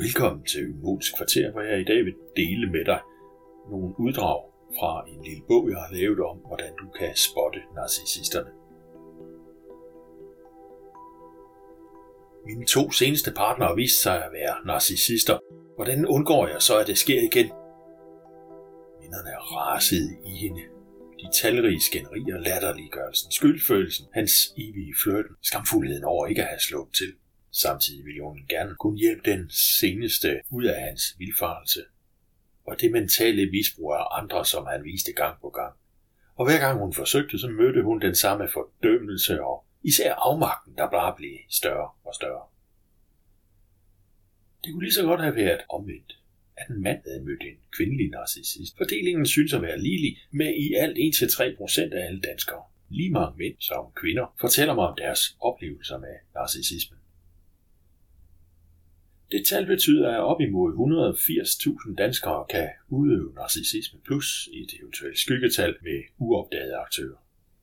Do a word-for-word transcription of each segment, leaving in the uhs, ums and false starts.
Velkommen til Økonomisk Kvarter, hvor jeg i dag vil dele med dig nogle uddrag fra en lille bog, jeg har lavet om, hvordan du kan spotte narcissisterne. Mine to seneste partnere viste sig at være narcissister. Hvordan undgår jeg så, at det sker igen? Minderne er rasede i hende. De talrige skænderier, latterliggørelsen, skyldfølelsen, hans evige flirten, skamfuldheden over ikke at have slået til. Samtidig ville hun gerne kunne hjælpe den seneste ud af hans vildfarelse. Og det mentale misbrug af andre, som han viste gang på gang. Og hver gang hun forsøgte, så mødte hun den samme fordømmelse og især afmagten, der bare blev større og større. Det kunne lige så godt have været omvendt, at en mand havde mødt en kvindelig narcissist. Fordelingen synes at være ligelig med i alt en til tre procent af alle danskere. Lige mange mænd som kvinder fortæller mig om deres oplevelser med narcissismen. Det tal betyder, at op imod et hundrede og firs tusind danskere kan udøve narcissisme plus et eventuelt skyggetal med uopdagede aktører.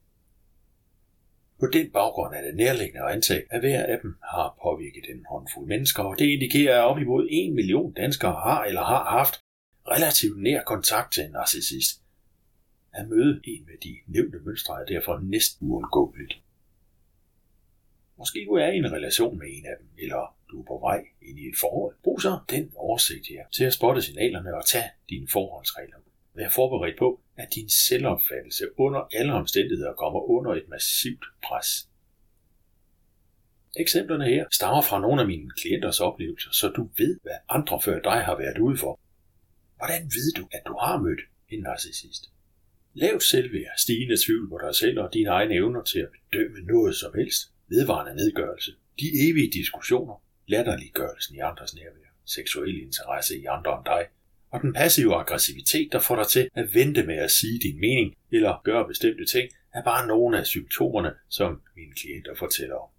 På den baggrund er det nærliggende at antage, at hver af dem har påvirket en håndfuld mennesker, og det indikerer, at op imod en million danskere har eller har haft relativt nær kontakt til en narcissist. At møde en med de nævnte mønstre er derfor næsten uundgåeligt. Måske du er i en relation med en af dem, eller du er på vej ind i et forhold. Brug så den oversigt her til at spotte signalerne og tage dine forholdsregler. Vær forberedt på, at din selvopfattelse under alle omstændigheder kommer under et massivt pres. Eksemplerne her stammer fra nogle af mine klienters oplevelser, så du ved, hvad andre før dig har været ude for. Hvordan ved du, at du har mødt en narcissist? Lavt selvværd, stigende tvivl på dig selv og dine egne evner til at bedømme noget som helst. Vedvarende nedgørelse, de evige diskussioner, latterliggørelsen i andres nærvær, seksuel interesse i andre end dig, og den passive aggressivitet, der får dig til at vente med at sige din mening eller gøre bestemte ting, er bare nogle af symptomerne, som mine klienter fortæller om.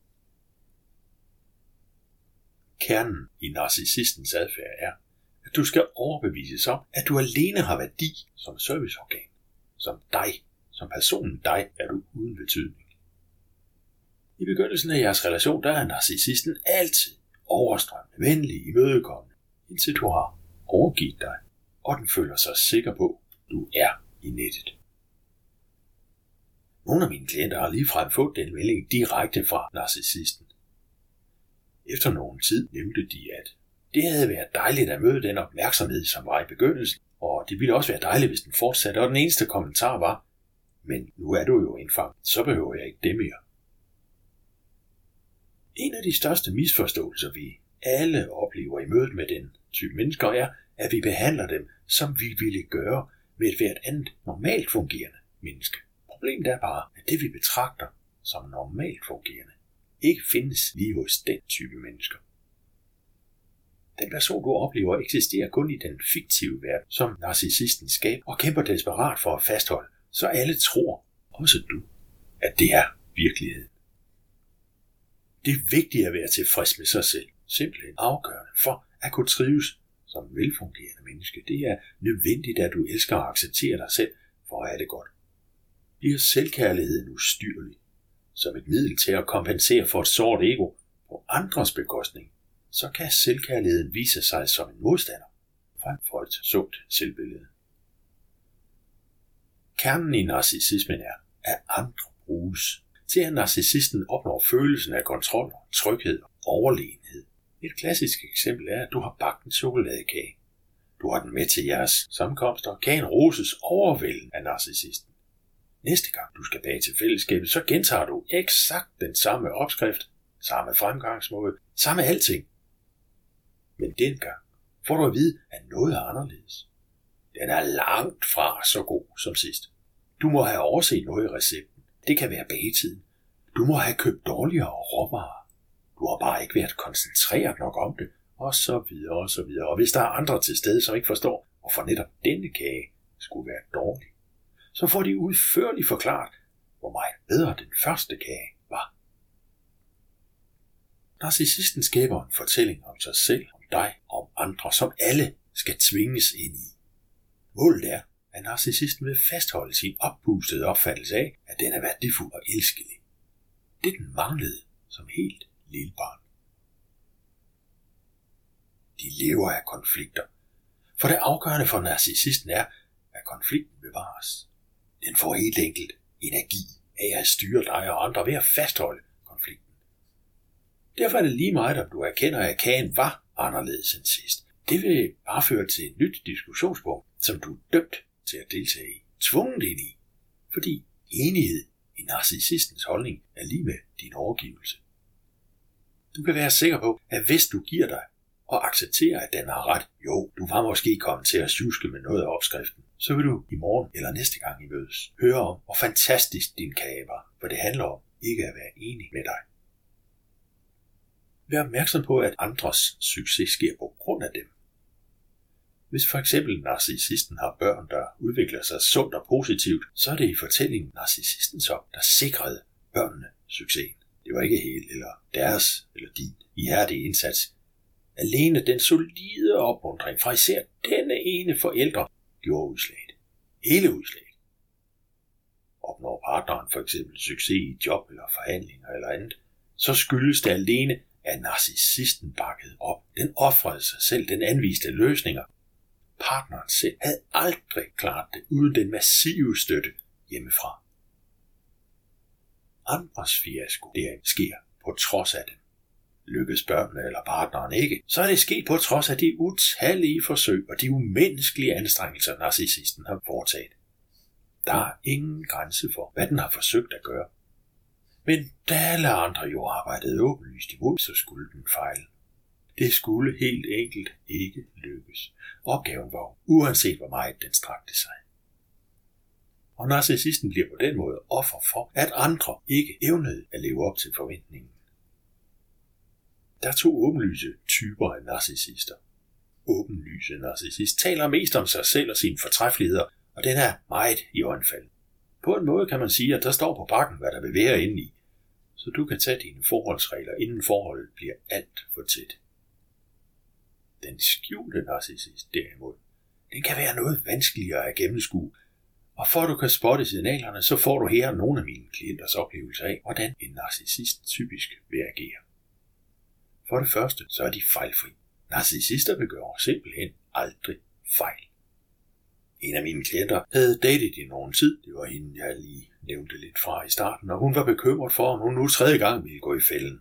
Kernen i narcissistens adfærd er, at du skal overbevises om, at du alene har værdi som serviceorgan. Som dig, som personen dig, er du uden betydning. I begyndelsen af jeres relation, der er narcissisten altid overstrømmende, venlig, imødekommende, indtil du har overgivet dig, og den føler sig sikker på, at du er i nettet. Nogle af mine klienter har ligefrem fået den melding direkte fra narcissisten. Efter nogen tid nævnte de, at det havde været dejligt at møde den opmærksomhed, som var i begyndelsen, og det ville også være dejligt, hvis den fortsatte, og den eneste kommentar var, men nu er du jo indfanget, så behøver jeg ikke det mere. En af de største misforståelser, vi alle oplever i mødet med den type mennesker, er, at vi behandler dem, som vi ville gøre med et hvert andet normalt fungerende menneske. Problemet er bare, at det vi betragter som normalt fungerende, ikke findes lige hos den type mennesker. Den person, du oplever, eksisterer kun i den fiktive verden, som narcissisten skaber og kæmper desperat for at fastholde, så alle tror, også du, at det er virkeligheden. Det er vigtigt at være tilfreds med sig selv, simpelthen afgørende for at kunne trives som velfungerende menneske. Det er nødvendigt, at du elsker at acceptere dig selv for at have det godt. Bliver selvkærligheden ustyrlig som et middel til at kompensere for et sårt ego på andres bekostning, så kan selvkærligheden vise sig som en modstander frem for et sundt selvbillede. Kernen i narcissismen er, at andre bruges til at narcissisten opnår følelsen af kontrol, tryghed og overlegenhed. Et klassisk eksempel er, at du har bagt en chokoladekage. Du har den med til jeres sammenkomster, og kagen roses overvældende af narcissisten. Næste gang du skal bage til fællesskabet, så gentager du eksakt den samme opskrift, samme fremgangsmåde, samme alting. Men dengang får du at vide, at noget er anderledes. Den er langt fra så god som sidst. Du må have overset noget i recepten. Det kan være bagetiden. Du må have købt dårligere råvarer. Du har bare ikke været koncentreret nok om det, og så videre og så videre. Og hvis der er andre til stede, som ikke forstår, hvorfor netop denne kage skulle være dårlig, så får de udførligt forklaret, hvor meget bedre den første kage var. Narcissisten skaber en fortælling om sig selv, om dig og om andre, som alle skal tvinges ind i. Målet er, at narcissisten vil fastholde sin oppustede opfattelse af, at den er værdifuld og elskelig. Det den manglede som helt lille barn. De lever af konflikter. For det afgørende for narcissisten er, at konflikten bevares. Den får helt enkelt energi af at styre dig og andre ved at fastholde konflikten. Derfor er det lige meget, om du erkender, at kagen var anderledes end sidst. Det vil bare føre til et nyt diskussionspunkt, som du er dømt til at deltage i, tvunget ind i, fordi enighed i narcissistens holdning er lige med din overgivelse. Du kan være sikker på, at hvis du giver dig og accepterer, at den har ret, jo, du var måske kommet til at sjuske med noget af opskriften, så vil du i morgen eller næste gang I mødes høre om, hvor fantastisk din kage var, for det handler om ikke at være enig med dig. Vær opmærksom på, at andres succes sker på grund af dem. Hvis for eksempel narcissisten har børn, der udvikler sig sundt og positivt, så er det i fortællingen narcissistens op, der sikrede børnene succesen. Det var ikke helt eller deres eller din ihærdige indsats. Alene den solide opmuntring fra især denne ene forældre gjorde udslaget. Hele udslaget. Opnår partneren for eksempel succes i job eller forhandlinger eller andet, så skyldes det alene, at narcissisten bakkede op. Den ofrede sig selv, den anviste løsninger. Partneren selv havde aldrig klaret det uden den massive støtte hjemmefra. Andres fiasko, det sker på trods af dem. Lykkes børnene eller partneren ikke, så er det sket på trods af de utallige forsøg og de umenneskelige anstrengelser, narcissisten har foretaget. Der er ingen grænse for, hvad den har forsøgt at gøre. Men da alle andre jo arbejdede åbenlyst imod, så skulle den fejle. Det skulle helt enkelt ikke lykkes. Opgaven var uanset hvor meget den strakte sig. Og narcissisten bliver på den måde offer for, at andre ikke evnede at leve op til forventningen. Der er to åbenlyse typer af narcissister. Åbenlyse narcissist taler mest om sig selv og sine fortræffeligheder, og den er meget i øjenfald. På en måde kan man sige, at der står på pakken, hvad der vil være inde i, så du kan tage dine forholdsregler, inden forholdet bliver alt for tæt. Den skjulte narcissist derimod, den kan være noget vanskeligere at gennemskue, og for at du kan spotte signalerne, så får du her nogle af mine klienters oplevelse af, hvordan en narcissist typisk vil agere. For det første, så er de fejlfri. Narcissister begår simpelthen aldrig fejl. En af mine klienter havde datet i nogen tid, det var hende, jeg lige nævnte lidt fra i starten, og hun var bekymret for, om hun nu tredje gang ville gå i fælden.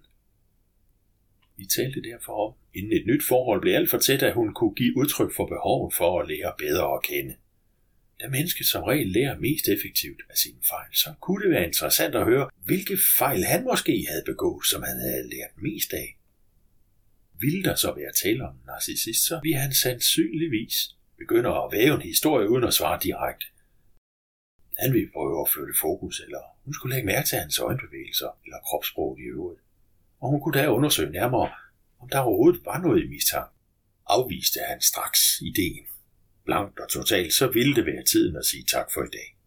Vi talte derfor om, inden et nyt forhold blev alt for tæt, at hun kunne give udtryk for behovet for at lære bedre at kende. Da mennesket som regel lærer mest effektivt af sine fejl, så kunne det være interessant at høre, hvilke fejl han måske havde begået, som han havde lært mest af. Ville der så være tale om en narcissist, så ville han sandsynligvis begynde at væve en historie uden at svare direkte. Han ville prøve at flytte fokus, eller hun skulle lægge mærke til hans øjenbevægelser eller kropssprog i øvrigt. Og hun kunne da undersøge nærmere, om der overhovedet var noget i mistanke. Afviste han straks ideen. Blankt og totalt, så ville det være tiden at sige tak for i dag.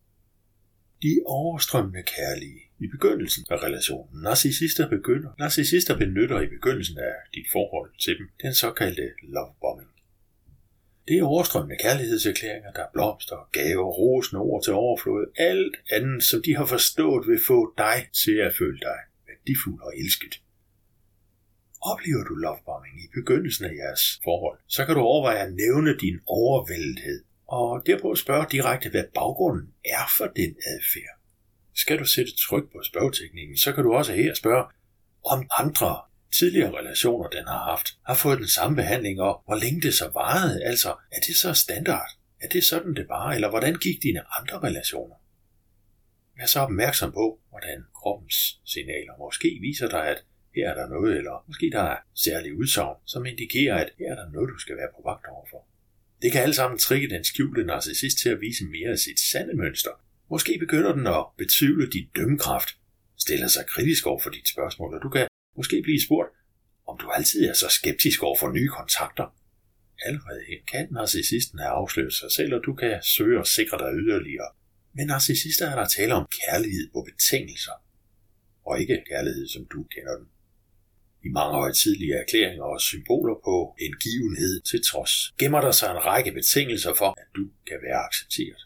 De overstrømmende kærlige i begyndelsen af relationen. Narcissister begynder. Narcissister benytter i begyndelsen af dit forhold til dem den såkaldte lovebombing. Det er overstrømmende kærlighedserklæringer, der er blomster, gaver, rosende ord til overflod, alt andet, som de har forstået vil få dig til at føle dig værdifuld og elsket. Oplever du lovebombing i begyndelsen af jeres forhold, så kan du overveje at nævne din overvældethed, og derpå spørge direkte, hvad baggrunden er for den adfærd. Skal du sætte tryk på spørgeteknikken, så kan du også her spørge, om andre tidligere relationer, den har haft, har fået den samme behandling, og hvor længe det så varede, altså er det så standard? Er det sådan det var, eller hvordan gik dine andre relationer? Vær så opmærksom på, hvordan kroppens signaler måske viser dig, at her er der noget, eller måske der er særlige udsagn, som indikerer, at her er der noget, du skal være på vagt overfor. Det kan alle sammen trigge den skjulte narcissist til at vise mere af sit sande mønster. Måske begynder den at betvivle din dømmekraft, stiller sig kritisk over for dit spørgsmål, og du kan måske blive spurgt, om du altid er så skeptisk over for nye kontakter. Allerede her kan narcissisten have afsløret sig selv, og du kan søge og sikre dig yderligere. Men narcissister er der tale om kærlighed på betingelser, og ikke kærlighed, som du kender den. I mange højtidelige erklæringer og symboler på en givenhed til trods, gemmer der sig en række betingelser for, at du kan være accepteret.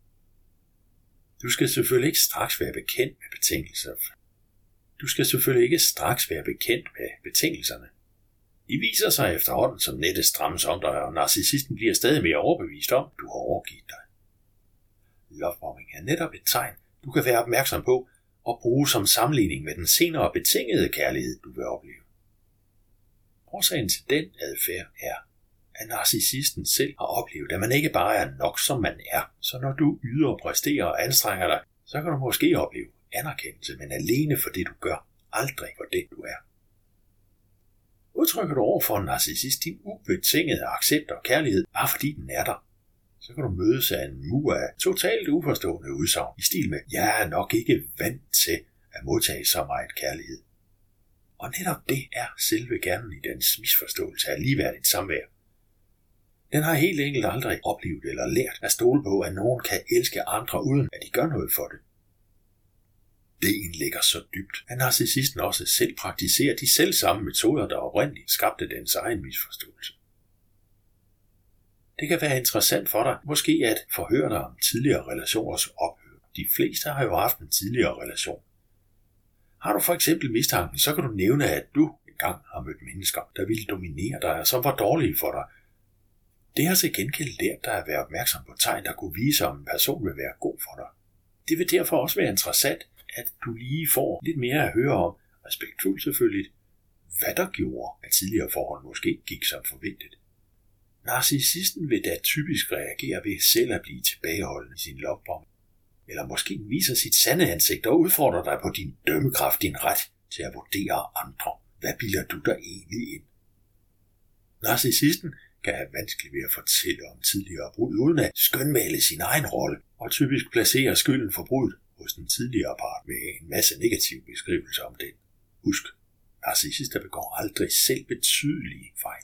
Du skal selvfølgelig ikke straks være bekendt med betingelser. Du skal selvfølgelig ikke straks være bekendt med betingelserne. De viser sig efterhånden som nettet strammes om dig, og narcissisten bliver stadig mere overbevist om, at du har overgivet dig. Lovebombing er netop et tegn, du kan være opmærksom på og bruge som sammenligning med den senere betingede kærlighed, du vil opleve. Årsagen til den adfærd er, at narcissisten selv har oplevet, at man ikke bare er nok, som man er. Så når du yder, præsterer og anstrenger dig, så kan du måske opleve anerkendelse, men alene for det, du gør, aldrig for det, du er. Udtrykker du over for en narcissist din ubetingede accept og kærlighed, bare fordi den er der, så kan du mødes af en mur af totalt uforstående udsagn i stil med, jeg er nok ikke vant til at modtage så meget kærlighed. Og netop det er selve kernen i dens misforståelse af ligeværdigt samvær. Den har helt enkelt aldrig oplevet eller lært at stole på, at nogen kan elske andre, uden at de gør noget for det. Det indligger så dybt, at narcissisten også selv praktiserer de selv samme metoder, der oprindeligt skabte dens egen misforståelse. Det kan være interessant for dig, måske at forhøre dig om tidligere relationers ophør. De fleste har jo haft en tidligere relation. Har du for eksempel mistanken, så kan du nævne, at du engang har mødt mennesker, der ville dominere dig og som var dårlige for dig. Det har til gengæld lært dig at være opmærksom på tegn, der kunne vise, om en person vil være god for dig. Det vil derfor også være interessant, at du lige får lidt mere at høre om, respektfuldt selvfølgelig, hvad der gjorde, at tidligere forhold måske gik som forventet. Narcissisten vil da typisk reagere ved selv at blive tilbageholdende i sin lovbombe, eller måske viser sit sande ansigt og udfordrer dig på din dømmekraft, din ret til at vurdere andre. Hvad bilder du dig egentlig ind? Narcissisten kan have vanskeligt ved at fortælle om tidligere brud, uden at skønmale sin egen rolle, og typisk placere skylden for bruddet hos den tidligere part med en masse negative beskrivelser om den. Husk, narcissister begår aldrig selv betydelige fejl.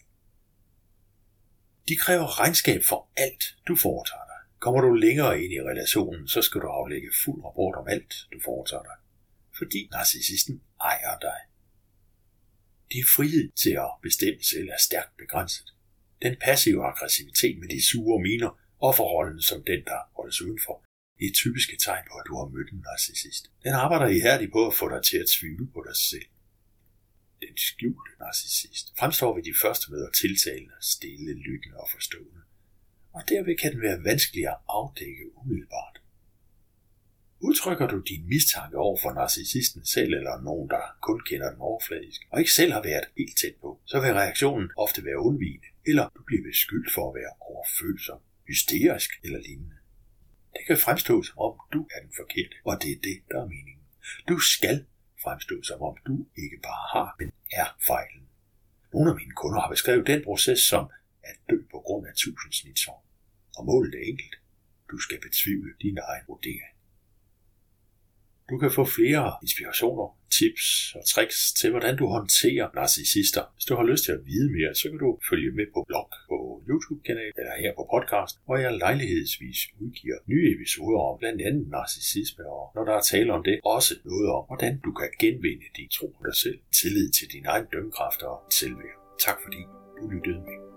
De kræver regnskab for alt, du foretager dig. Kommer du længere ind i relationen, så skal du aflægge fuld rapport om alt, du foretager dig. Fordi narcissisten ejer dig. Din frihed til at bestemme selv er stærkt begrænset. Den passive aggressivitet med de sure miner, offerrollen som den, der holdes udenfor, er et typiske tegn på, at du har mødt en narcissist. Den arbejder ihærdigt på at få dig til at tvivle på dig selv. Den skjulte narcissist fremstår ved de første møder tiltalende, stille, lyttende og forstående. Og derved kan den være vanskelig at afdække umiddelbart. Udtrykker du din mistanke over for narcissisten selv eller nogen, der kun kender den overfladisk, og ikke selv har været helt tæt på, så vil reaktionen ofte være undvigende, eller du bliver beskyldt for at være overfølsom, hysterisk eller lignende. Det kan fremstå som om du er den forkerte, og det er det, der er meningen. Du skal fremstå som om du ikke bare har, men er fejlen. Nogle af mine kunder har beskrevet den proces som at dø på grund af tusindsnitsår. Og målet er enkelt. Du skal betvivle din egen vurdering. Du kan få flere inspirationer, tips og tricks til, hvordan du håndterer narcissister. Hvis du har lyst til at vide mere, så kan du følge med på blog, på YouTube-kanal eller her på podcast, hvor jeg lejlighedsvis udgiver nye episoder om blandt andet narcissisme, og når der er tale om det, også noget om, hvordan du kan genvinde din tro på dig selv, tillid til din egen dømmekraft og selvværd. Tak fordi du lyttede med.